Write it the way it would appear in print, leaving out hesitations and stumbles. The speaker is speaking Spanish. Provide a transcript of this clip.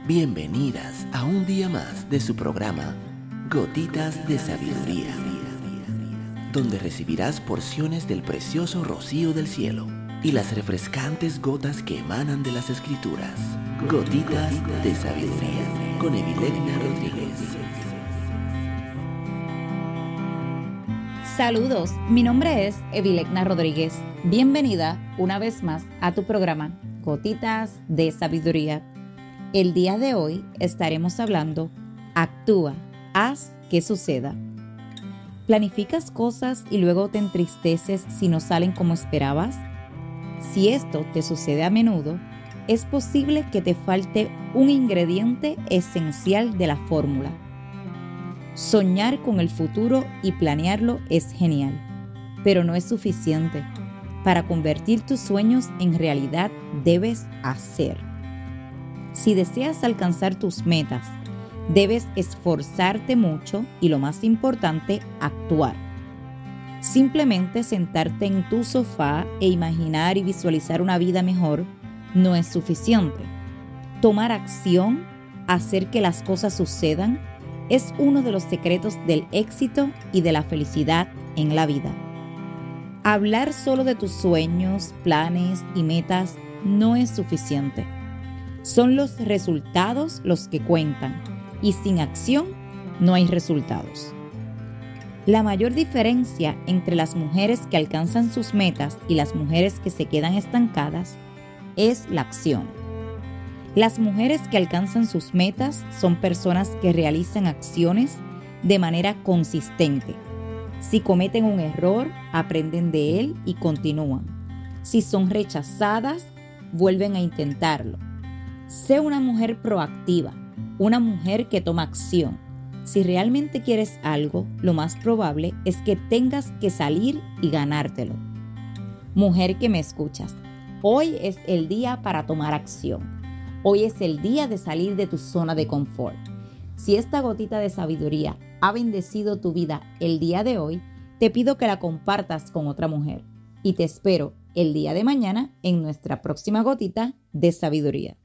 Bienvenidas a un día más de su programa Gotitas de Sabiduría, donde recibirás porciones del precioso rocío del cielo y las refrescantes gotas que emanan de las Escrituras. Gotitas de Sabiduría con Evilegna Rodríguez. Saludos, mi nombre es Evilegna Rodríguez. Bienvenida una vez más a tu programa Gotitas de Sabiduría. El día de hoy estaremos hablando Actúa, haz que suceda. ¿Planificas cosas y luego te entristeces si no salen como esperabas? Si esto te sucede a menudo, es posible que te falte un ingrediente esencial de la fórmula. Soñar con el futuro y planearlo es genial, pero no es suficiente. Para convertir tus sueños en realidad debes hacer. Si deseas alcanzar tus metas, debes esforzarte mucho y, lo más importante, actuar. Simplemente sentarte en tu sofá e imaginar y visualizar una vida mejor no es suficiente. Tomar acción, hacer que las cosas sucedan, es uno de los secretos del éxito y de la felicidad en la vida. Hablar solo de tus sueños, planes y metas no es suficiente. Son los resultados los que cuentan, y sin acción no hay resultados. La mayor diferencia entre las mujeres que alcanzan sus metas y las mujeres que se quedan estancadas es la acción. Las mujeres que alcanzan sus metas son personas que realizan acciones de manera consistente. Si cometen un error, aprenden de él y continúan. Si son rechazadas, vuelven a intentarlo. Sé una mujer proactiva, una mujer que toma acción. Si realmente quieres algo, lo más probable es que tengas que salir y ganártelo. Mujer que me escuchas, hoy es el día para tomar acción. Hoy es el día de salir de tu zona de confort. Si esta gotita de sabiduría ha bendecido tu vida el día de hoy, te pido que la compartas con otra mujer. Y te espero el día de mañana en nuestra próxima gotita de sabiduría.